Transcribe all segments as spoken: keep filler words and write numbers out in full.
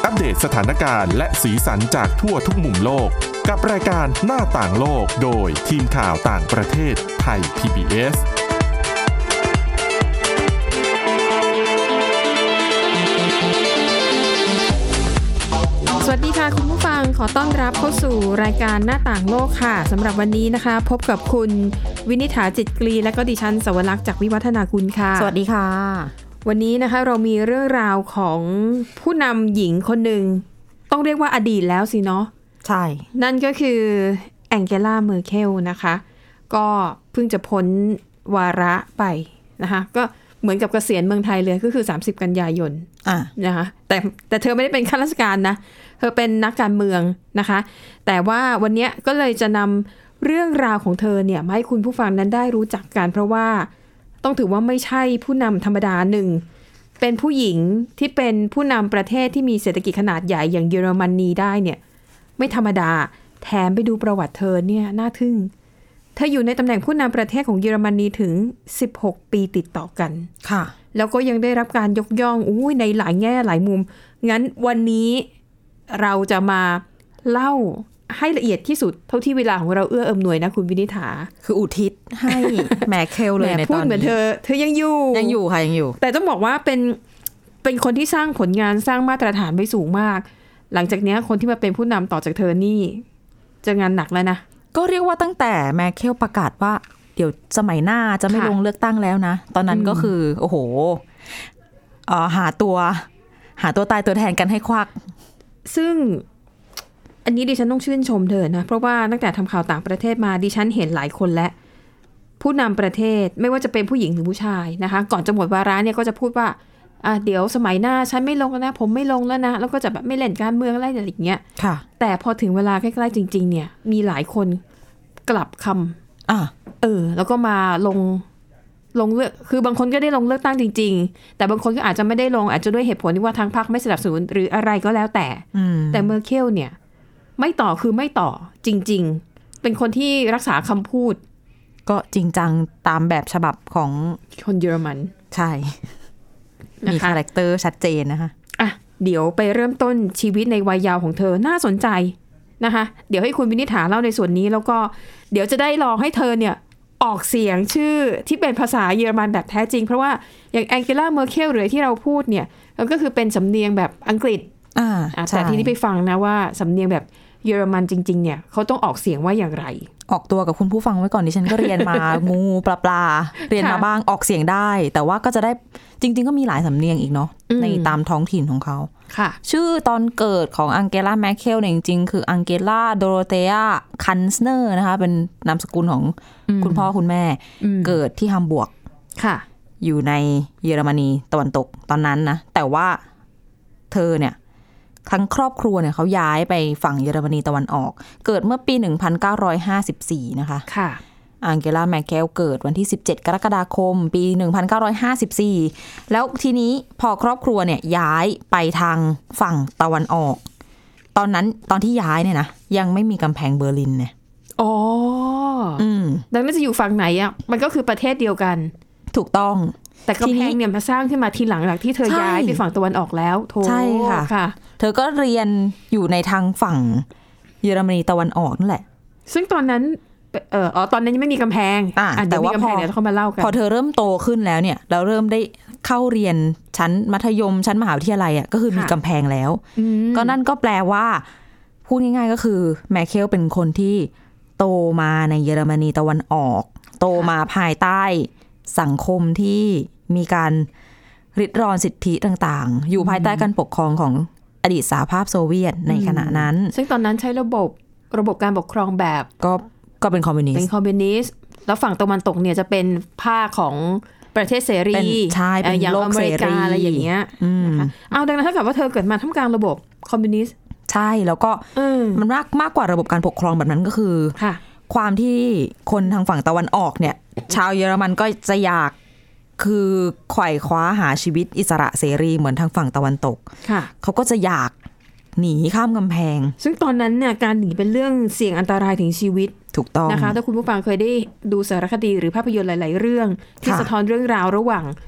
อัปเดตสถานการณ์และสีสันจากทั่วทุกมุมโลกกับรายการหน้าต่างโลกโดยทีมข่าวต่างประเทศไทย พี บี เอสสวัสดีค่ะคุณผู้ฟังขอต้อนรับเข้าสู่รายการหน้าต่างโลกค่ะสำหรับวันนี้นะคะพบกับคุณวินิษฐาจิตกรีและก็ดิฉันสวรักษ์จากวิวัฒนาคุณค่ะสวัสดีค่ะวันนี้นะคะเรามีเรื่องราวของผู้นำหญิงคนหนึ่งต้องเรียกว่าอดีตแล้วสิเนาะใช่นั่นก็คือแองเกลาเมอร์เคลนะคะก็เพิ่งจะพ้นวาระไปนะคะก็เหมือนกับเกษียณเมืองไทยเลยก็คือสามสิบกันยายนนะคะแต่แต่เธอไม่ได้เป็นข้าราชการนะเธอเป็นนักการเมืองนะคะแต่ว่าวันนี้ก็เลยจะนำเรื่องราวของเธอเนี่ยมาให้คุณผู้ฟังนั้นได้รู้จักกันเพราะว่าต้องถือว่าไม่ใช่ผู้นำธรรมดาหนึ่งเป็นผู้หญิงที่เป็นผู้นำประเทศที่มีเศรษฐกิจขนาดใหญ่อย่างเยอรมนีได้เนี่ยไม่ธรรมดาแถมไปดูประวัติเธอเนี่ยน่าทึ่งเธออยู่ในตำแหน่งผู้นำประเทศของเยอรมนีถึงสิบหกปีติดต่อกันค่ะแล้วก็ยังได้รับการยกย่องอุ้ยในหลายแง่หลายมุมงั้นวันนี้เราจะมาเล่าให้ละเอียดที่สุดเท่าที่เวลาของเราเอื้อเอิมหน่วยนะคุณวินิษฐาคืออุทิศให้แมคเคลเลยในตอนนี้พูดเหมือนเธอเธอยังอยู่ยังอยู่ค่ะยังอยู่แต่ต้องบอกว่าเป็นเป็นคนที่สร้างผลงานสร้างมาตรฐานไว้สูงมากหลังจากนี้คนที่มาเป็นผู้นำต่อจากเธอนี่จะงานหนักแล้วนะก็เรียกว่าตั้งแต่แมคเคลประกาศว่าเดี๋ยวสมัยหน้าจะไม่ลงเลือกตั้งแล้วนะตอนนั้นก็คือโอ้โหเอ่อหาตัวหาตัวตายตัวแทนกันให้ควักซึ่งอันนี้ดิฉันต้องชื่นชมเธอนะเพราะว่าตั้งแต่ทำข่าวต่างประเทศมาดิฉันเห็นหลายคนและผู้นำประเทศไม่ว่าจะเป็นผู้หญิงหรือผู้ชายนะคะก่อนจะหมดวาระเนี่ยก็จะพูดว่าอ่ะเดี๋ยวสมัยหน้าฉันไม่ลงแล้วนะผมไม่ลงแล้วนะแล้วก็จะแบบไม่เล่นการเมืองอะไรอย่างเงี้ยค่ะแต่พอถึงเวลาใกล้ๆจริงๆเนี่ยมีหลายคนกลับคำอ่ะเออแล้วก็มาลงลงเลือกคือบางคนก็ได้ลงเลือกตั้งจริงๆแต่บางคนก็อาจจะไม่ได้ลงอาจจะด้วยเหตุผลที่ว่าทางพรรคไม่สนับสนุนหรืออะไรก็แล้วแต่แต่เมอร์เคลเนี่ยไม่ต่อคือไม่ต่อจริงๆเป็นคนที่รักษาคำพูดก็จริงจังตามแบบฉบับของคนเยอรมันใช่มีคาแรคเตอร์ชัดเจนนะคะอ่ะเดี๋ยวไปเริ่มต้นชีวิตในวัยเยาว์ของเธอน่าสนใจนะคะเดี๋ยวให้คุณวินิษฐาเล่าในส่วนนี้แล้วก็เดี๋ยวจะได้ลองให้เธอเนี่ยออกเสียงชื่อที่เป็นภาษาเยอรมันแบบแท้จริงเพราะว่าอย่างแองเกลาเมอร์เคลหรือที่เราพูดเนี่ยก็คือเป็นสำเนียงแบบอังกฤษอ่าแต่ทีนี้ไปฟังนะว่าสำเนียงแบบเยอรมันจริงๆเนี่ยเขาต้องออกเสียงว่าอย่างไรออกตัวกับคุณผู้ฟังไว้ก่อนดิฉันก็เรียนมา งูปลาปลาเรียนมาบ้างออกเสียงได้แต่ว่าก็จะได้จริงๆก็มีหลายสำเนียงอีกเนาะในตามท้องถิ่นของเขาค่ะชื่อตอนเกิดของอังเกลาแมคเคลเนี่ยจริงๆคืออังเกลาโดโรเธียคันสเนอร์นะคะเป็นนามสกุลของคุณพ่อคุณแม่เกิดที่ฮัมบวร์กค่ะอยู่ในเยอรมนีตะวันตกตอนนั้นนะแต่ว่าเธอเนี่ยทั้งครอบครัวเนี่ยเขาย้ายไปฝั่งเยอรมนีตะวันออกเกิดเมื่อปีหนึ่งพันเก้าร้อยห้าสิบสี่นะคะค่ะอังเกลาแมคเคลเกิดวันที่สิบเจ็ดกรกฎาคมปีหนึ่งพันเก้าร้อยห้าสิบสี่แล้วทีนี้พอครอบครัวเนี่ยย้ายไปทางฝั่งตะวันออกตอนนั้นตอนที่ย้ายเนี่ยนะยังไม่มีกำแพงเบอร์ลินเนี่ยอ๋ออืมดังนั้นจะอยู่ฝั่งไหนอ่ะมันก็คือประเทศเดียวกันถูกต้องแต่กำแพงเนี่ยมาสร้างขึ้นมาทีหลังจากที่เธอย้ายไปฝั่งตะวันออกแล้วโธ่ใช่ค่ะค่ะเธอก็เรียนอยู่ในทางฝั่งเยอรมนีตะวันออกนั่นแหละซึ่งตอนนั้นเอออ๋อตอนนั้นยังไม่มีกำแพงอ่ะแต่ว่าพอเขามาเล่ากันพอเธอเริ่มโตขึ้นแล้วเนี่ยเราเริ่มได้เข้าเรียนชั้นมัธยมชั้นมหาวิทยาลัยอ่ะก็คือมีกำแพงแล้วก็นั่นก็แปลว่าพูดง่ายๆก็คือแมคเคลเป็นคนที่โตมาในเยอรมนีตะวันออกโตมาภายใต้สังคมที่มีการริดรอนสิทธิต่างๆอยู่ภายใต้การปกครองของอดีตสหภาพโซเวียตในขณะนั้นซึ่งตอนนั้นใช้ระบบระบบการปกครองแบบก็ก็เป็นคอมมิวนิสต์เป็นคอมมิวนิสต์แล้วฝั่งตะวันตกเนี่ยจะเป็นภาคของประเทศเสรีใช่เป็นโลกเสรีอะไรอย่างเงี้ยนะคะเอาดังนั้นถ้าเกิดว่าเธอเกิดมาท่ามกลางระบบคอมมิวนิสต์ใช่แล้วก็มันมากมากกว่าระบบการปกครองแบบนั้นก็คือความที่คนทางฝั่งตะวันออกเนี่ยชาวเยอรมันก็จะอยากคือไขว่คว้าหาชีวิตอิสระเสรีเหมือนทางฝั่งตะวันตกเขาก็จะอยากหนีข้ามกำแพงซึ่งตอนนั้นเนี่ยการหนีเป็นเรื่องเสี่ยงอันตรายถึงชีวิตถูกต้องนะคะถ้าคุณผู้ฟังเคยได้ดูสารคดีหรือภาพยนตร์หลายๆเรื่องที่สะท้อนเรื่องราวระหว่าง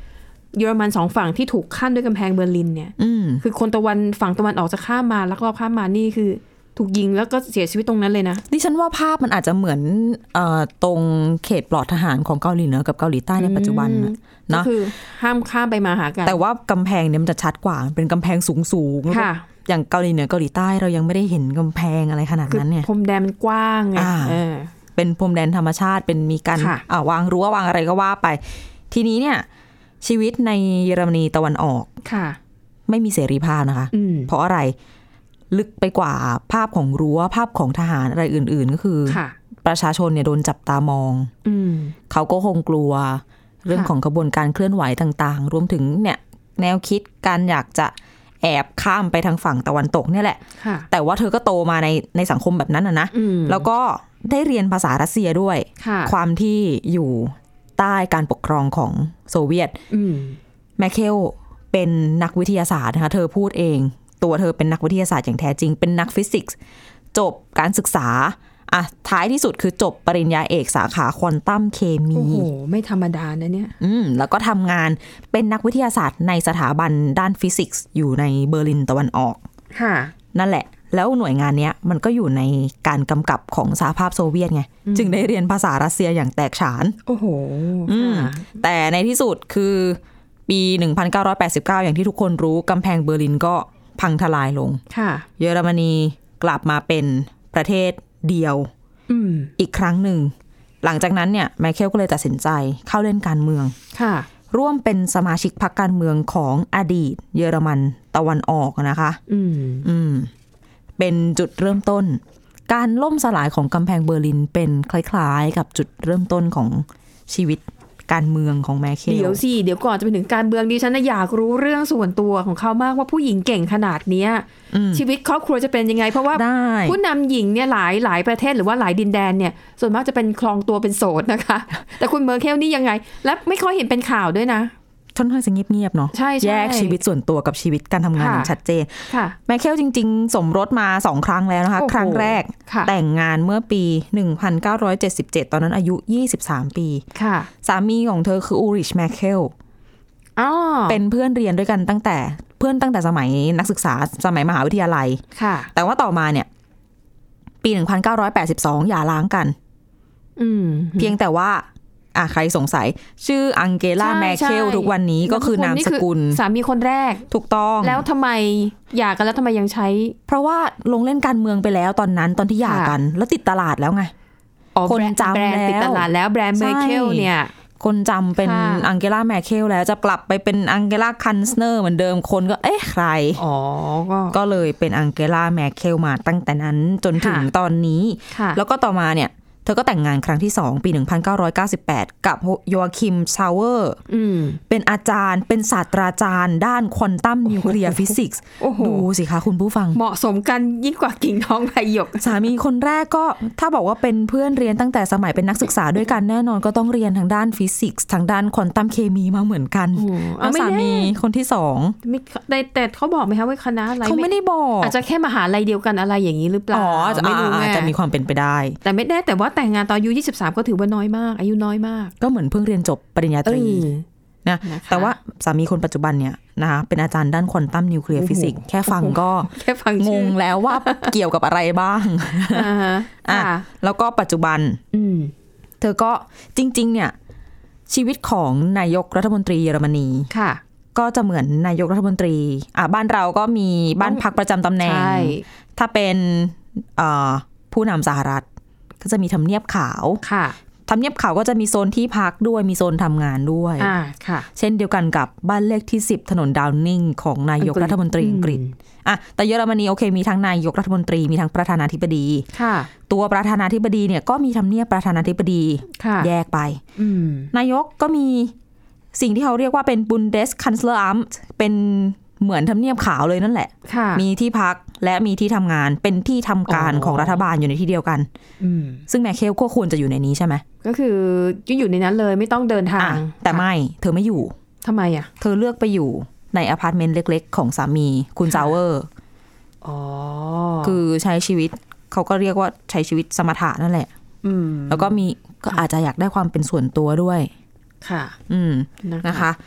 เยอรมันสองฝั่งที่ถูกขั้นด้วยกำแพงเบอร์ลินเนี่ยคือคนตะวันฝั่งตะวันออกจะข้ามมาลักลอบข้ามมานี่คือถูกยิงแล้วก็เสียชีวิตตรงนั้นเลยนะดิฉันว่าภาพมันอาจจะเหมือนเอ่อตรงเขตปลอดทหารของเกาหลีเหนือกับเกาหลีใต้ในปัจจุบันนะก็คือห้ามข้ามไปมาหากันแต่ว่ากำแพงเนี่ยมันจะชัดกว่าเป็นกำแพงสูงๆค่ะอย่างเกาหลีเหนือเกาหลีใต้เรายังไม่ได้เห็นกำแพงอะไรขนาดนั้นเนี่ยพรมแดนมันกว้างไงเป็นพรมแดนธรรมชาติเป็นมีการวางรั้ววางอะไรก็ว่าไปทีนี้เนี่ยชีวิตในเยอรมนีตะวันออกไม่มีเสรีภาพนะคะเพราะอะไรลึกไปกว่าภาพของรั้วภาพของทหารอะไรอื่นๆก็คือประชาชนเนี่ยโดนจับตามองเขาก็คงกลัวเรื่องของกระบวนการเคลื่อนไหวต่างๆรวมถึงเนี่ยแนวคิดการอยากจะแอบข้ามไปทางฝั่งตะวันตกเนี่ยแหละแต่ว่าเธอก็โตมาในในสังคมแบบนั้นนะนะแล้วก็ได้เรียนภาษารัสเซียด้วยความที่อยู่ใต้การปกครองของโซเวียตแมคเคลเป็นนักวิทยาศาสตร์นะคะเธอพูดเองตัวเธอเป็นนักวิทยาศาสตร์อย่างแท้จริงเป็นนักฟิสิกส์จบการศึกษาอ่ะท้ายที่สุดคือจบปริญญาเอกสาขาควอนตัมเคมีโอ้โหไม่ธรรมดานะเนี่ยอืมแล้วก็ทำงานเป็นนักวิทยาศาสตร์ในสถาบันด้านฟิสิกส์อยู่ในเบอร์ลินตะวันออกค่ะนั่นแหละแล้วหน่วยงานเนี้ยมันก็อยู่ในการกำกับของสหภาพโซเวียตไงจึงได้เรียนภาษารัสเซียอย่างแตกฉานโอ้โหแต่ในที่สุดคือปีหนึ่งพันเก้าร้อยแปดสิบเก้าอย่างที่ทุกคนรู้กำแพงเบอร์ลินก็พังทลายลงเยอรมนีกลับมาเป็นประเทศเดียว อ, อีกครั้งหนึ่งหลังจากนั้นเนี่ยแมคเคลก็เลยตัดสินใจเข้าเล่นการเมืองร่วมเป็นสมาชิกพรรคการเมืองของอดีตเยอรมันตะวันออกนะคะอืมอืมเป็นจุดเริ่มต้นการล่มสลายของกำแพงเบอร์ลินเป็นคล้ายๆกับจุดเริ่มต้นของชีวิตการเมืองของแมคเคลเดี๋ยวสิเดี๋ยวก่อนจะไปถึงการเมืองดิฉันอยากรู้เรื่องส่วนตัวของเขามากว่าผู้หญิงเก่งขนาดนี้ชีวิตครอบครัวจะเป็นยังไงเพราะว่าผู้นำหญิงเนี่ยหลายหลายประเทศหรือว่าหลายดินแดนเนี่ยส่วนมากจะเป็นครองตัวเป็นโสดนะคะแต่คุณเมอร์เคลนี่ยังไงและไม่ค่อยเห็นเป็นข่าวด้วยนะค่อนข้างจะเงียบๆเนาะแยกชีวิตส่วนตัวกับชีวิตการทำงานอย่างชัดเจนแมคเคลจริงๆสมรสมาสองครั้งแล้วนะคะครั้งแรกแต่งงานเมื่อปีหนึ่งพันเก้าร้อยเจ็ดสิบเจ็ดตอนนั้นอายุยี่สิบสามปีสามีของเธอคืออูริชแมคเคลเป็นเพื่อนเรียนด้วยกันตั้งแต่เพื่อนตั้งแต่สมัยนักศึกษาสมัยมหาวิทยาลัยแต่ว่าต่อมาเนี่ยปีหนึ่งพันเก้าร้อยแปดสิบสองหย่าร้างกันเพียงแต่ว่าอ่ะใครสงสัยชื่ออังเกลาแมคเคลทุกวันนี้ก็คือนามสกุลสามีคนแรกถูกต้องแล้วทำไมหย่ากันแล้วทำไมยังใช้เพราะว่าลงเล่นการเมืองไปแล้วตอนนั้นตอนที่หย่ากันแล้วติดตลาดแล้วไงคนจำแล้วติดตลาดแล้วแบรนด์แมคเคลเนี่ยคนจำเป็นอังเกลาแมคเคลแล้วจะกลับไปเป็นอังเกลาคันสเนอร์เหมือนเดิมคนก็เอ๊ะใครอ๋อก็เลยเป็นอังเกลาแมคเคลมาตั้งแต่นั้นจนถึงตอนนี้แล้วก็ต่อมาเนี่ยเธอก็แต่งงานครั้งที่สองปีหนึ่งพันเก้าร้อยเก้าสิบแปดกับโยอาคิมชาวเวอร์เป็นอาจารย์เป็นศาสตราจารย์ด้านควอนตัมนิวเคลียร์ฟิสิกส์ดูสิคะคุณผู้ฟังเหมาะสมกันยิ่งกว่ากิ่งทองใบหยกสามีคนแรกก็ถ้าบอกว่าเป็นเพื่อนเรียนตั้งแต่สมัยเป็นนักศึกษาด้วยกันแน่นอนก็ต้องเรียนทางด้านฟิสิกส์ทางด้านควอนตัมเคมีมาเหมือนกันแล้วสามีคนที่สองแต่เขาบอกไหมคะว่าคณะอะไรเขาไม่ได้บอกอาจจะแค่มหาลัยเดียวกันอะไรอย่างนี้หรือเปล่าไม่รู้อาจจะมีความเป็นไปได้แต่ไม่แน่แต่ว่าแต่งงานตอนอายุยี่สิบสามก็ถือว่าน้อยมากอายุน้อยมากก็เหมือนเพิ่งเรียนจบปริญญาตรีนะแต่ว่าสามีคนปัจจุบันเนี่ยนะคะเป็นอาจารย์ด้านควอนตัมนิวเคลียร์ฟิสิกส์แค่ฟังก็งงแล้วว่าเกี่ยวกับอะไรบ้างอ่ะแล้วก็ปัจจุบันเธอก็จริงๆเนี่ยชีวิตของนายกรัฐมนตรีเยอรมนีก็จะเหมือนนายกรัฐมนตรีอ่ะบ้านเราก็มีบ้านพักประจำตำแหน่งถ้าเป็นผู้นำสหรัฐก็จะมีทำเนียบขาวทำเนียบขาวก็จะมีโซนที่พักด้วยมีโซนทำงานด้วยเช่นเดียวกันกับบ้านเลขที่สิบถนนดาวนิงของนายกรัฐมนตรีอังกฤษอ่ะแต่เยอรมนีโอเคมีทั้งนายกรัฐมนตรีมีทั้งประธานาธิบดีตัวประธานาธิบดีเนี่ยก็มีทำเนียบประธานาธิบดีแยกไปนายกก็มีสิ่งที่เขาเรียกว่าเป็น Bundeskanzleramt เป็นเหมือนทำเนียบขาวเลยนั่นแหละมีที่พักและมีที่ทำงานเป็นที่ทำการของรัฐบาลอยู่ในที่เดียวกันซึ่งแมคเคลก็ควรจะอยู่ในนี้ใช่ไหมก็คือก็อยู่ในนั้นเลยไม่ต้องเดินทางแต่ไม่เธอไม่อยู่ทำไมอ่ะเธอเลือกไปอยู่ในอพาร์ตเมนต์เล็กๆของสามีคุณซาวเวอร์คือใช้ชีวิตเขาก็เรียกว่าใช้ชีวิตสมถะนั่นแหละแล้วก็มีก็อาจจะอยากได้ความเป็นส่วนตัวด้วยค่ะอืมนะคะ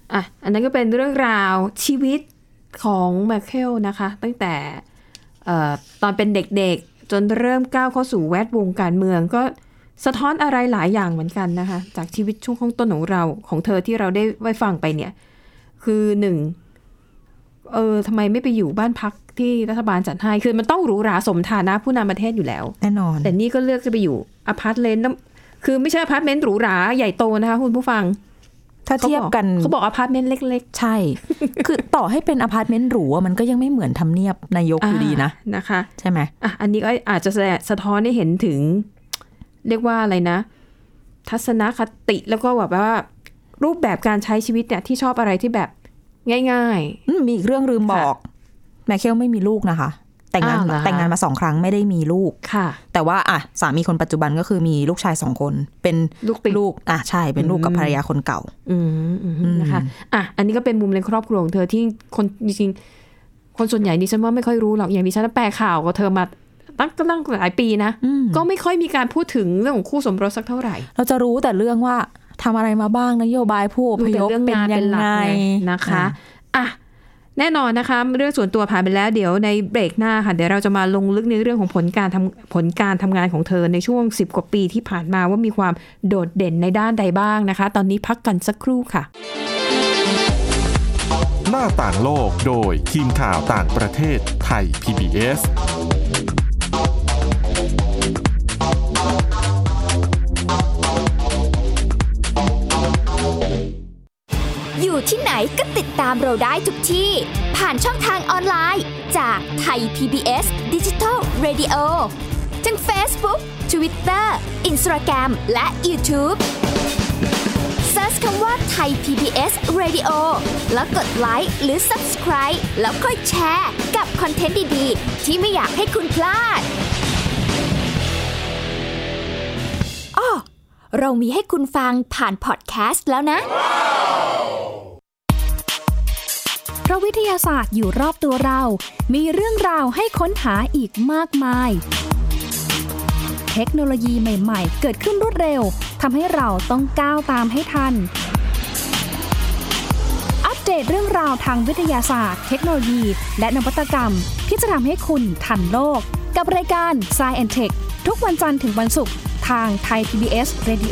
อ่ะอันนั้นก็เป็นเรื่องราวชีวิตของแมคเคลนะคะตั้งแต่เอ่อตอนเป็นเด็กๆจนเริ่มก้าวเข้าสู่แวดวงการเมืองก็สะท้อนอะไรหลายอย่างเหมือนกันนะคะจากชีวิตช่วงต้นของเราของเธอที่เราได้ไว้ฟังไปเนี่ยคือหนึ่งเออทำไมไม่ไปอยู่บ้านพักที่รัฐบาลจัดให้คือมันต้องหรูหราสมฐานะผู้นำประเทศอยู่แล้วแน่นอนแต่นี่ก็เลือกจะไปอยู่อพาร์ตเมนต์คือไม่ใช่อพาร์ตเมนต์หรูหราใหญ่โตนะคะคุณผู้ฟังถ้าเทียบกันเขาบอกอพาร์ตเมนต์เล็กๆใช่ คือต่อให้เป็นอพาร์ตเมนต์หรูมันก็ยังไม่เหมือนทำเนียบนายกอยู่ดีนะนะคะใช่ไหมอ่ะอันนี้ก็อาจจะสะท้อนให้เห็นถึงเรียกว่าอะไรนะทัศนคติแล้วก็แบบว่ารูปแบบการใช้ชีวิตเนี่ยที่ชอบอะไรที่แบบง่ายๆมีอีกเรื่องลืมบอกแมคเคลไม่มีลูกนะคะแต่งงานแต่งงานมาสองครั้งไม่ได้มีลูกค่ะแต่ว่าอ่ะสามีคนปัจจุบันก็คือมีลูกชายสองคนเป็นลูกลูกอ่ะใช่เป็นลูกกับภรรยาคนเก่าอืมนะคะอ่ะอันนี้ก็เป็นมุมในครอบครัวของเธอที่คนจริงๆคนส่วนใหญ่ดิฉันว่าไม่ค่อยรู้หรอกอย่างดิฉันแปลข่าวกับเธอมาตั้งตั้งหลายปีนะก็ไม่ค่อยมีการพูดถึงเรื่องของคู่สมรสสักเท่าไหร่เราจะรู้แต่เรื่องว่าทำอะไรมาบ้างนโยบายผู้อพยพเป็นยังไงนะคะอ่ะแน่นอนนะคะเรื่องส่วนตัวผ่านไปแล้วเดี๋ยวในเบรกหน้าค่ะเดี๋ยวเราจะมาลงลึกในเรื่องของผลการทำผลการทำงานของเธอในช่วงสิบกว่าปีที่ผ่านมาว่ามีความโดดเด่นในด้านใดบ้างนะคะตอนนี้พักกันสักครู่ค่ะหน้าต่างโลกโดยทีมข่าวต่างประเทศไทย พี บี เอสอยู่ที่ไหนก็ติดตามเราได้ทุกที่ผ่านช่องทางออนไลน์จากไทย พี บี เอส Digital Radio ทั้ง Facebook, Twitter, Instagram และ YouTubeเสิร์ชคำว่าไทย พี บี เอส Radio แล้วกดไลค์หรือ Subscribe แล้วค่อยแชร์กับคอนเทนต์ดีๆที่ไม่อยากให้คุณพลาดอ้อเรามีให้คุณฟังผ่านพอดแคสต์แล้วนะเพราะวิทยาศาสตร์อยู่รอบตัวเรามีเรื่องราวให้ค้นหาอีกมากมายเทคโนโลยีใหม่ๆเกิดขึ้นรวดเร็วทำให้เราต้องก้าวตามให้ทันอัปเดตเรื่องราวทางวิทยาศาสตร์เทคโนโลยีและนวัตกรรมที่จะทำให้คุณทันโลกกับรายการ Science แอนด์ Tech ทุกวันจันทร์ถึงวันศุกร์ทางไทย พี บี เอส Radio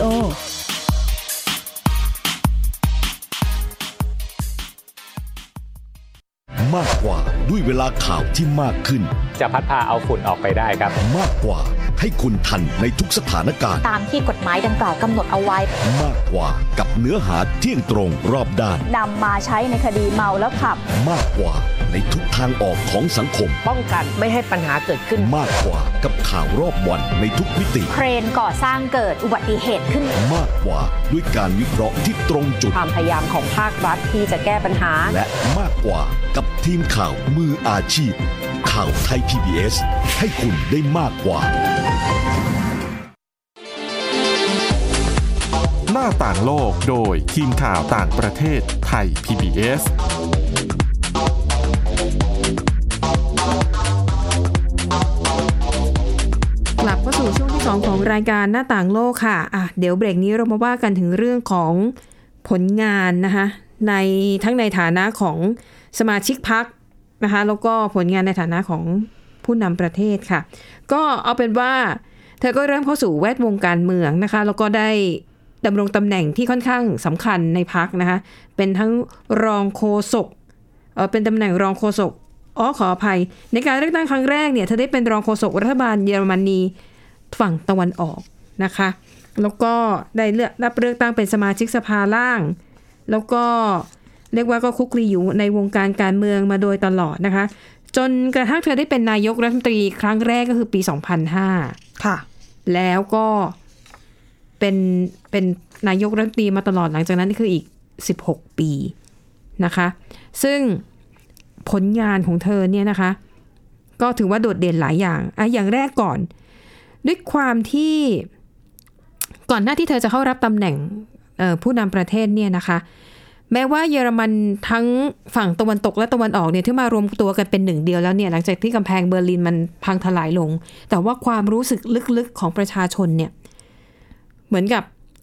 มากกว่าด้วยเวลาข่าวที่มากขึ้นจะพัดพาเอาฝุ่นออกไปได้ครับมากกว่าให้คุณทันในทุกสถานการณ์ตามที่กฎหมายดังกล่าวกำหนดเอาไว้มากกว่ากับเนื้อหาเที่ยงตรงรอบด้านนำมาใช้ในคดีเมาแล้วขับมากกว่าในทุกทางออกของสังคมป้องกันไม่ให้ปัญหาเกิดขึ้นมากกว่ากับข่าวรอบวันในทุกมิติเครนก่อสร้างเกิดอุบัติเหตุขึ้นมากกว่าด้วยการวิเคราะห์ที่ตรงจุดความพยายามของภาครัฐที่จะแก้ปัญหาและมากกว่ากับทีมข่าวมืออาชีพข่าวไทย พี บี เอส ให้คุณได้มากกว่าหน้าต่างโลกโดยทีมข่าวต่างประเทศไทย พี บี เอสกลับเข้าสู่ช่วงที่สองของรายการหน้าต่างโลกค่ะอ่ะเดี๋ยวเบรกนี้เรามาว่ากันถึงเรื่องของผลงานนะคะในทั้งในฐานะของสมาชิกพรรคนะคะแล้วก็ผลงานในฐานะของผู้นำประเทศค่ะก็เอาเป็นว่าเธอก็เริ่มเข้าสู่แวดวงการเมืองนะคะแล้วก็ได้ดำรงตำแหน่งที่ค่อนข้างสำคัญในพรรคนะคะเป็นทั้งรองโฆษกเออเป็นตำแหน่งรองโฆษกอ๋อขออภัยในการเลือกตั้งครั้งแรกเนี่ยเธอได้เป็นรองโฆษกรัฐบาลเยอรมนีฝั่งตะวันออกนะคะแล้วก็ได้เลือกรับเลือกตั้งเป็นสมาชิกสภาล่างแล้วก็เรียกว่าก็คุกคีอยู่ในวงการการเมืองมาโดยตลอดนะคะจนกระทั่งเธอได้เป็นนายกรัฐมนตรีครั้งแรกก็คือปีสองพันห้าค่ะแล้วก็เป็นเป็นนายกรัฐมนตรีมาตลอดหลังจากนั้นคืออีกสิบหกปีนะคะซึ่งผลงานของเธอเนี่ยนะคะก็ถือว่าโดดเด่นหลายอย่างอ่ะอย่างแรกก่อนด้วยความที่ก่อนหน้าที่เธอจะเข้ารับตำแหน่งผู้นำประเทศเนี่ยนะคะแม้ว่าเยอรมันทั้งฝั่งตะวันตกและตะวันออกเนี่ยที่มารวมตัวกันเป็นหนึ่งเดียวแล้วเนี่ยหลังจากที่กำแพงเบอร์ลินมันพังทลายลงแต่ว่าความรู้สึกลึกๆของประชาชนเนี่ยเหมือนกับ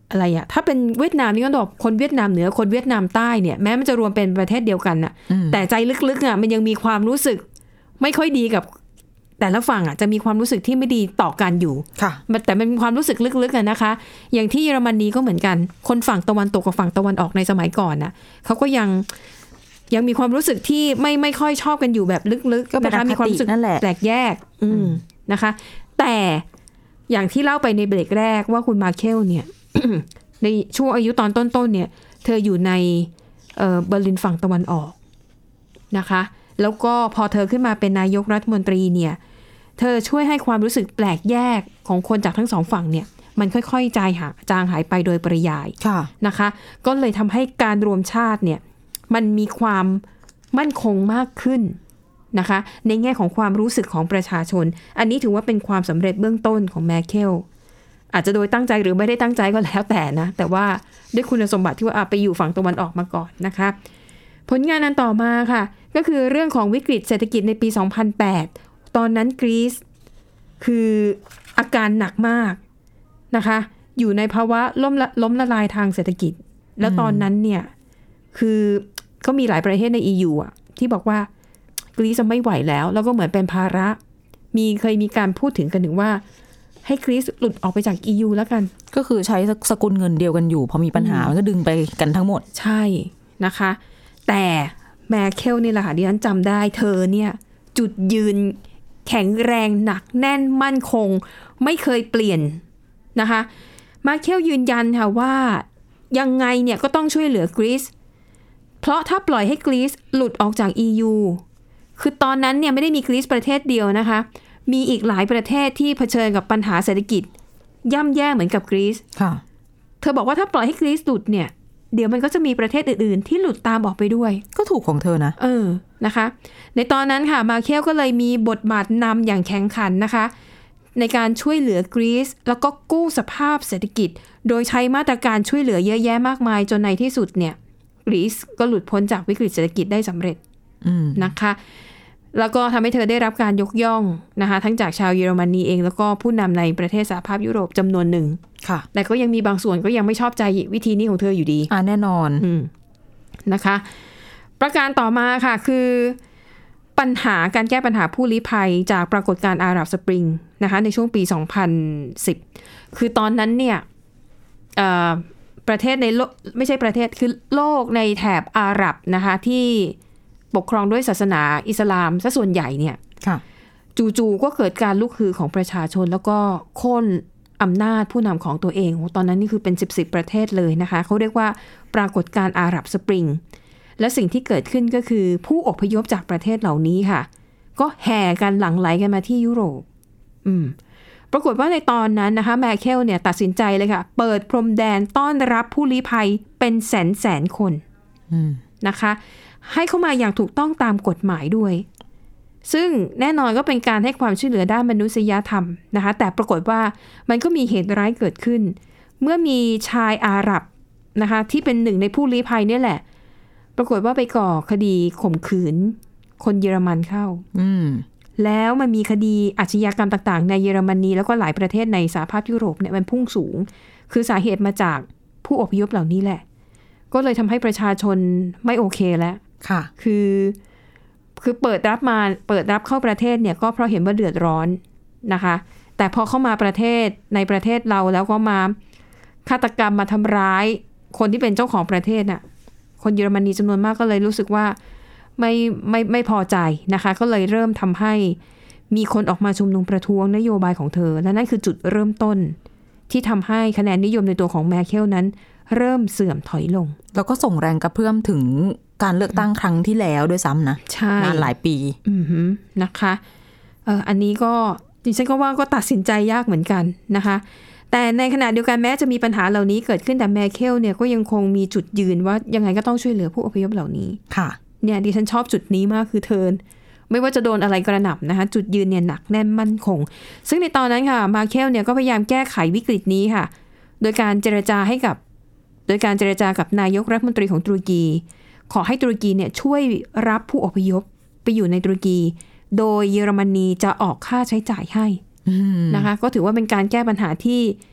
อะไรอะถ้าเป็นเวียดนามนี่ก็บอกคนเวียดนามเหนือคนเวียดนามใต้เนี่ยแม้มันจะรวมเป็นประเทศเดียวกันน่ะแต่ใจลึกๆอ่ะมันยังมีความรู้สึกไม่ค่อยดีกับแต่ละฝั่งอ่ะจะมีความรู้สึกที่ไม่ดีต่อกันอยู่ค่ะแต่มันมีความรู้สึกลึกๆกันนะคะอย่างที่เยอรมนีก็เหมือนกันคนฝั่งตะวันตกกับฝั่งตะวันออกในสมัยก่อนน่ะเขาก็ยังยังมีความรู้สึกที่ไม่ไม่ค่อยชอบกันอยู่แบบลึกๆนะคะมีความรู้สึกแปลกแยกอืมนะคะแต่อย่างที่เล่าไปในเบรกแรกว่าคุณมาร์เคิลเนี่ย ในช่วงอายุตอนต้นๆเนี่ยเธออยู่ในเอ่อเบอร์ลินฝั่งตะวันออกนะคะแล้วก็พอเธอขึ้นมาเป็นนายกรัฐมนตรีเนี่ยเธอช่วยให้ความรู้สึกแปลกแยกของคนจากทั้งสองฝั่งเนี่ยมันค่อยๆจางหายจางหายไปโดยปริยายนะคะก็เลยทำให้การรวมชาติเนี่ยมันมีความมั่นคงมากขึ้นนะคะในแง่ของความรู้สึกของประชาชนอันนี้ถือว่าเป็นความสำเร็จเบื้องต้นของแมร์เคิลอาจจะโดยตั้งใจหรือไม่ได้ตั้งใจก็แล้วแต่นะแต่ว่าด้วยคุณสมบัติที่ว่าไปอยู่ฝั่งตะวันออกมาก่อนนะคะผลงานนั้นต่อมาค่ะก็คือเรื่องของวิกฤตเศรษฐกิจในปีสองพันแปดตอนนั้นกรีซคืออาการหนักมากนะคะอยู่ในภาวะล้มละล้มละลายทางเศรษฐกิจแล้วตอนนั้นเนี่ยคือก็มีหลายประเทศใน อี ยู อ่ะที่บอกว่ากรีซไม่ไหวแล้วแล้วก็เหมือนเป็นภาระมีเคยมีการพูดถึงกันถึงว่าให้กรีซหลุดออกไปจาก อี ยู แล้วกันก็คือใช้สกุลเงินเดียวกันอยู่พอมีปัญหามันก็ดึงไปกันทั้งหมดใช่นะคะแต่แมร์เคิลนี่แหละค่ะดิฉันจำได้เธอเนี่ยจุดยืนแข็งแรงหนักแน่นมั่นคงไม่เคยเปลี่ยนนะคะมาร์เคิลยืนยันค่ะว่ายังไงเนี่ยก็ต้องช่วยเหลือกรีซเพราะถ้าปล่อยให้กรีซหลุดออกจาก อี ยู คือตอนนั้นเนี่ยไม่ได้มีกรีซประเทศเดียวนะคะมีอีกหลายประเทศที่เผชิญกับปัญหาเศรษฐกิจย่ำแย่เหมือนกับกรีซเธอบอกว่าถ้าปล่อยให้กรีซหลุดเนี่ยเดี๋ยวมันก็จะมีประเทศอื่นๆที่หลุดตามออกไปด้วยก็ถูกของเธอนะเออนะคะในตอนนั้นค่ะมาร์เคิลก็เลยมีบทบาทนำอย่างแข็งขันนะคะในการช่วยเหลือกรีซแล้วก็กู้สภาพเศรษฐกิจโดยใช้มาตรการช่วยเหลือเยอะแยะมากมายจนในที่สุดเนี่ยกรีซก็หลุดพ้นจากวิกฤตเศรษฐกิจได้สำเร็จนะคะแล้วก็ทำให้เธอได้รับการยกย่องนะคะทั้งจากชาวเยอรมนีเองแล้วก็ผู้นำในประเทศสหภาพยุโรปจำนวนหนึ่งแต่ก็ยังมีบางส่วนก็ยังไม่ชอบใจวิธีนี้ของเธออยู่ดีอ่าแน่นอนอนะคะประการต่อมาค่ะคือปัญหาการแก้ปัญหาผู้ลี้ภัยจากปรากฏการณ์อาหรับสปริงนะคะในช่วงปีสองพันสิบคือตอนนั้นเนี่ยประเทศในโลกไม่ใช่ประเทศคือโลกในแถบอาหรับนะคะที่ปกครองด้วยศาสนาอิสลามซะส่วนใหญ่เนี่ยจู่ๆก็เกิดการลุกฮือของประชาชนแล้วก็โค่นอำนาจผู้นำของตัวเองตอนนั้นนี่คือเป็นสิบสิบประเทศเลยนะคะเขาเรียกว่าปรากฏการณ์อาหรับสปริงและสิ่งที่เกิดขึ้นก็คือผู้อพยพจากประเทศเหล่านี้ค่ะก็แห่กันหลั่งไหลกันมาที่ยุโรปอืมปรากฏว่าในตอนนั้นนะคะแมร์เคิลเนี่ยตัดสินใจเลยค่ะเปิดพรมแดนต้อนรับผู้ลี้ภัยเป็นแสนแสนคนนะคะให้เข้ามาอย่างถูกต้องตามกฎหมายด้วยซึ่งแน่นอนก็เป็นการให้ความช่วยเหลือด้านมนุษยธรรมนะคะแต่ปรากฏว่ามันก็มีเหตุร้ายเกิดขึ้นเมื่อมีชายอาหรับนะคะที่เป็นหนึ่งในผู้ลี้ภัยนี่แหละปรากฏว่าไปก่อคดีข่มขืนคนเยอรมันเข้าแล้วมันมีคดีอาชญากรรมต่างๆในเยอรมนีแล้วก็หลายประเทศในสหภาพยุโรปเนี่ยมันพุ่งสูงคือสาเหตุมาจากผู้อพยพเหล่านี้แหละก็เลยทำให้ประชาชนไม่โอเคแล้วค่ะคือคือเปิดรับมาเปิดรับเข้าประเทศเนี่ยก็เพราะเห็นว่าเดือดร้อนนะคะแต่พอเข้ามาประเทศในประเทศเราแล้วก็มาฆาตกรรมมาทำร้ายคนที่เป็นเจ้าของประเทศน่ะคนเยอรมนีจำนวนมากก็เลยรู้สึกว่าไม่ไม่ไม่พอใจนะคะก็เลยเริ่มทำให้มีคนออกมาชุมนุมประท้วงนโยบายของเธอและนั่นคือจุดเริ่มต้นที่ทำให้คะแนนนิยมในตัวของแมร์เคิลนั้นเริ่มเสื่อมถอยลงแล้วก็ส่งแรงกระเพื่อมถึงการเลือกตั้งครั้งที่แล้วด้วยซ้ำนะใช่นานหลายปีอือฮึนะคะเอออันนี้ก็ดิฉันก็ว่าก็ตัดสินใจยากเหมือนกันนะคะแต่ในขณะเดียวกันแม้จะมีปัญหาเหล่านี้เกิดขึ้นแต่แมร์เคิลเนี่ยก็ยังคงมีจุดยืนว่ายังไงก็ต้องช่วยเหลือผู้อพยพเหล่านี้ค่ะเนี่ยดิฉันชอบจุดนี้มากคือเธอไม่ว่าจะโดนอะไรกระหน่ำนะคะจุดยืนเนี่ยหนักแน่นมั่นคงซึ่งในตอนนั้นค่ะมาร์เคิลเนี่ยก็พยายามแก้ไขวิกฤตนี้ค่ะโดยการเจรจาให้กับโดยการเจรจากับนายกรัฐมนตรีของตุรกีขอให้ตุรกีเนี่ยช่วยรับผู้อพยพไปอยู่ในตุรกีโดยเยอรมนีจะออกค่าใช้จ่ายให้นะคะก็ถือว่าเป็นการแก้ปัญหาที่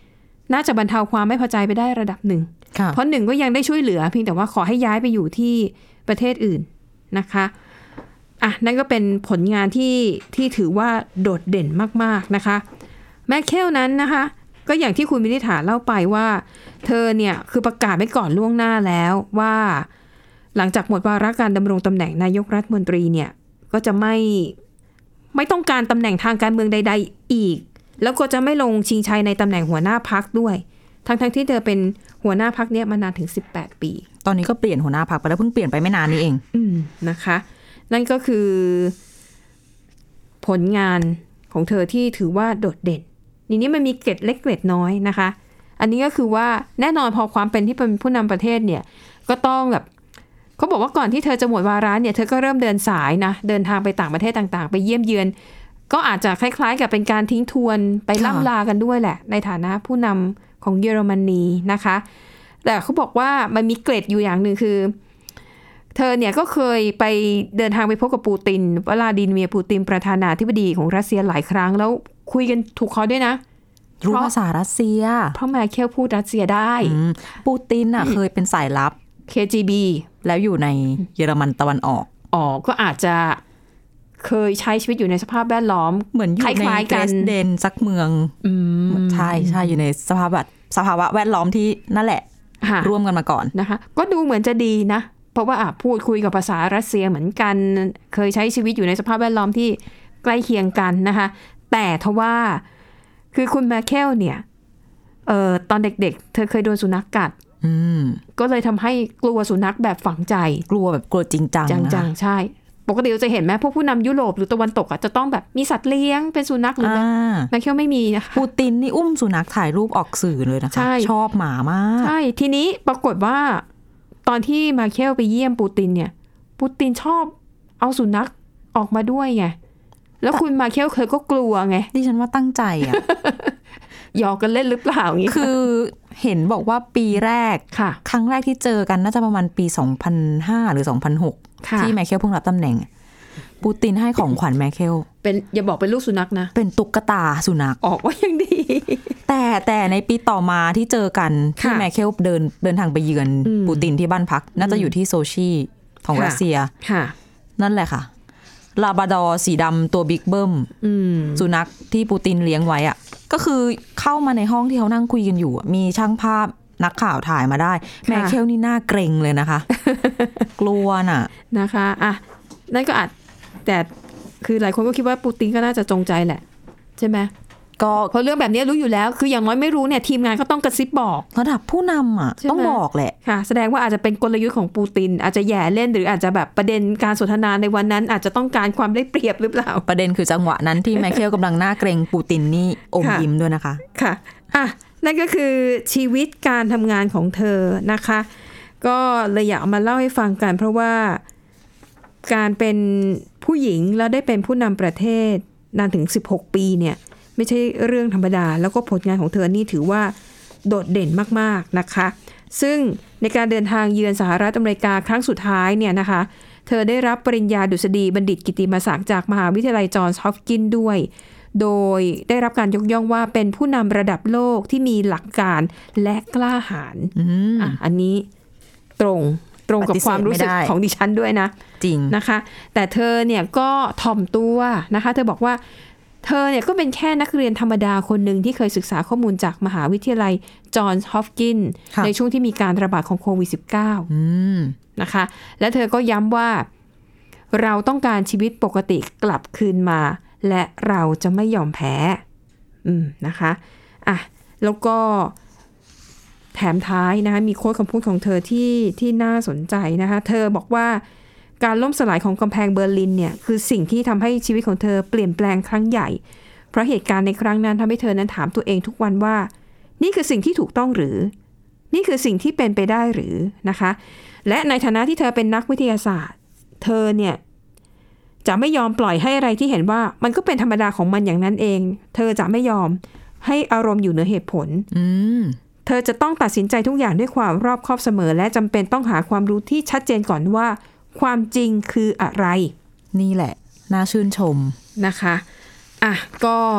น่าจะบรรเทาความไม่พอใจไปได้ระดับหนึ่งเพราะหนึ่งก็ยังได้ช่วยเหลือเพียงแต่ว่าขอให้ย้ายไปอยู่ที่ประเทศอื่นนะคะอ่ะนั่นก็เป็นผลงานที่ที่ถือว่าโดดเด่นมากๆนะคะแมคเคลนั้นนะคะก็อย่างที่คุณมินิฐาเล่าไปว่าเธอเนี่ยคือประกาศไว้ก่อนล่วงหน้าแล้วว่าหลังจากหมดวาระการดำรงตำแหน่งนายกรัฐมนตรีเนี่ยก็จะไม่ไม่ต้องการตำแหน่งทางการเมืองใดๆอีกแล้วก็จะไม่ลงชิงชัยในตำแหน่งหัวหน้าพรรคด้วยทั้งๆที่เธอเป็นหัวหน้าพรรคเนี้ยมานานถึงสิบแปดปีตอนนี้ก็เปลี่ยนหัวหน้าพรรคไปแล้วเพิ่งเปลี่ยนไปไม่นานนี้เองอืมนะคะนั่นก็คือผลงานของเธอที่ถือว่าโดดเด่นทีนี้มันมีเกร็ดเล็กเกร็ดน้อยนะคะอันนี้ก็คือว่าแน่นอนพอความเป็นที่เป็นผู้นำประเทศเนี่ยก็ต้องแบบเขาบอกว่าก่อนที่เธอจะหมดวาระเนี่ยเธอก็เริ่มเดินสายนะเดินทางไปต่างประเทศต่างๆไปเยี่ยมเยือนก็อาจจะคล้ายๆกับเป็นการทิ้งทวนไปล่ำลากันด้วยแหละในฐานะผู้นำของเยอรมนีนะคะแต่เขาบอกว่ามันมีเกร็ดอยู่อย่างหนึ่งคือเธอเนี่ยก็เคยไปเดินทางไปพบกับปูตินวลาดิเมียร์ปูตินประธานาธิบดีของรัสเซียหลายครั้งแล้วคุยกันถูกคอด้วยนะรู้ภาษารัสเซียเพราะแมคเคลพูดรัสเซียได้ปูตินอ่ะเคยเป็นสายลับเค จี บีแล้วอยู่ในเยอรมันตะวันออกอ๋อก็อาจจะเคยใช้ชีวิตอยู่ในสภาพแวดล้อมเหมือนอยู่ในเดรสเดนสักเมืองใช่ใช่อยู่ในสภาพแบบสภาวะแวดล้อมที่นั่นแหละร่วมกันมาก่อนนะคะก็ดูเหมือนจะดีนะเพราะว่าอ่ะพูดคุยกับภาษารัสเซียเหมือนกันเคยใช้ชีวิตอยู่ในสภาพแวดล้อมที่ใกล้เคียงกันนะคะแต่ทว่าคือคุณแมคเคลเนี่ยเอ่อตอนเด็กๆเธอเคยโดนสุนัขกัดก็เลยทำให้กลัวสุนัขแบบฝังใจกลัวแบบกลัวจริงจังจังๆใช่ปกติเราจะเห็นไหมพวกผู้นำยุโรปหรือตะวันตกอ่ะจะต้องแบบมีสัตว์เลี้ยงเป็นสุนัขหรืออะไรแมคเคลไม่มีนะคะปูตินนี่อุ้มสุนัขถ่ายรูปออกสื่อเลยนะคะชอบหมามากใช่ทีนี้ปรากฏว่าตอนที่แมคเคลไปเยี่ยมปูตินเนี่ยปูตินชอบเอาสุนัขออกมาด้วยไงแล้วคุณแมคเคลเคยก็กลัวไงดิฉันว่าตั้งใจอ่ะหยอกกันเล่นหรือเปล่างี้คือเห็นบอกว่าปีแรกครั้งแรกที่เจอกันน่าจะประมาณปีสองพันห้าหรือสองพันหกที่แมคเคลเพิ่งรับตำแหน่งปูตินให้ของขวัญแมคเคลเป็นอย่าบอกเป็นลูกสุนัขนะเป็นตุ๊กตาสุนัขออกว่ายังดีแต่แต่ในปีต่อมาที่เจอกันที่แมคเคลเดินเดินทางไปเยือนปูตินที่บ้านพักน่าจะอยู่ที่โซชีของรัสเซียนั่นแหละค่ะลาบราดอร์สีดำตัวบิ๊กเบิ้มสุนัขที่ปูตินเลี้ยงไว้อะก็คือเข้ามาในห้องที่เขานั่งคุยกันอยู่มีช่างภาพนักข่าวถ่ายมาได้แมคเคลนี่หน้าเกรงเลยนะคะ กลัวน่ะนะคะอ่ะนั่นก็อาจแต่คือหลายคนก็คิดว่าปูตินก็น่าจะจงใจแหละใช่ไหมก็เพราะเรื่องแบบนี้รู้อยู่แล้วคืออย่างน้อยไม่รู้เนี่ยทีมงานก็ต้องกระซิบบอกระดับผู้นำอ่ะต้องบอกแหละค่ะแสดงว่าอาจจะเป็นกลยุทธ์ของปูตินอาจจะแย่เล่นหรืออาจจะแบบประเด็นการสนทนาในวันนั้นอาจจะต้องการความได้เปรียบหรือเปล่าประเด็นคือจังหวะนั้นที่แมคเคลกำลังหน้าเกรงปูตินนี่อมยิ้มด้วยนะคะค่ะอ่ะนั่นก็คือชีวิตการทำงานของเธอนะคะก็เลยอยากเอามาเล่าให้ฟังกันเพราะว่าการเป็นผู้หญิงแล้วได้เป็นผู้นำประเทศนานถึงสิบหกปีเนี่ยไม่ใช่เรื่องธรรมดาแล้วก็ผลงานของเธอนี่ถือว่าโดดเด่นมากๆนะคะซึ่งในการเดินทางเยือนสหรัฐอเมริกาครั้งสุดท้ายเนี่ยนะคะเธอได้รับปริญญาดุษฎีบัณฑิตกิตติมศักดิ์จากมหาวิทยาลัยจอห์นส์ฮอปกินส์ด้วยโดยได้รับการยกย่องว่าเป็นผู้นำระดับโลกที่มีหลักการและกล้าหาญ อ่ะอันนี้ตรงตรงกับความรู้สึกของดิฉันด้วยนะจริงนะคะแต่เธอเนี่ยก็ถ่อมตัวนะคะเธอบอกว่าเธอเนี่ยก็เป็นแค่นักเรียนธรรมดาคนหนึ่งที่เคยศึกษาข้อมูลจากมหาวิทยาลัยจอห์นส์ฮอปกินส์ในช่วงที่มีการระบาดของโควิด สิบเก้า นะคะและเธอก็ย้ำว่าเราต้องการชีวิตปกติกลับคืนมาและเราจะไม่ยอมแพ้อืมนะคะอ่ะแล้วก็แถมท้ายนะคะมีโค้ดคำพูดของเธอที่ที่น่าสนใจนะคะเธอบอกว่าการล่มสลายของกำแพงเบอร์ลินเนี่ยคือสิ่งที่ทำให้ชีวิตของเธอเปลี่ยนแปลงครั้งใหญ่เพราะเหตุการณ์ในครั้งนั้นทำให้เธอนั้นถามตัวเองทุกวันว่านี่คือสิ่งที่ถูกต้องหรือนี่คือสิ่งที่เป็นไปได้หรือนะคะและในฐานะที่เธอเป็นนักวิทยาศาสตร์เธอเนี่ยจะไม่ยอมปล่อยให้อะไรที่เห็นว่ามันก็เป็นธรรมดาของมันอย่างนั้นเองเธอจะไม่ยอมให้อารมณ์อยู่เหนือเหตุผลเธอจะต้องตัดสินใจทุกอย่างด้วยความรอบคอบเสมอและจำเป็นต้องหาความรู้ที่ชัดเจนก่อนว่าความจริงคืออะไรนี่แหละน่าชื่นชมนะคะอ่ะก็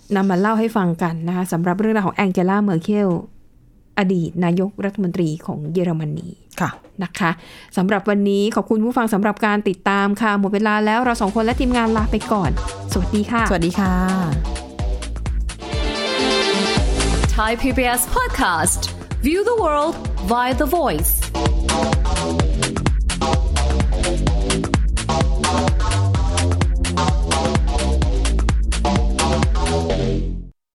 นำมาเล่าให้ฟังกันนะคะสำหรับเรื่องราวของแองเจล่าเมอร์เคลอดีตนายกรัฐมนตรีของเยอรมนีค่ะนะคะสำหรับวันนี้ขอบคุณผู้ฟังสำหรับการติดตามค่ะหมดเวลาแล้วเราสองคนและทีมงานลาไปก่อนสวัสดีค่ะสวัสดีค่ะ Thai พี บี เอส Podcast View the world via the voice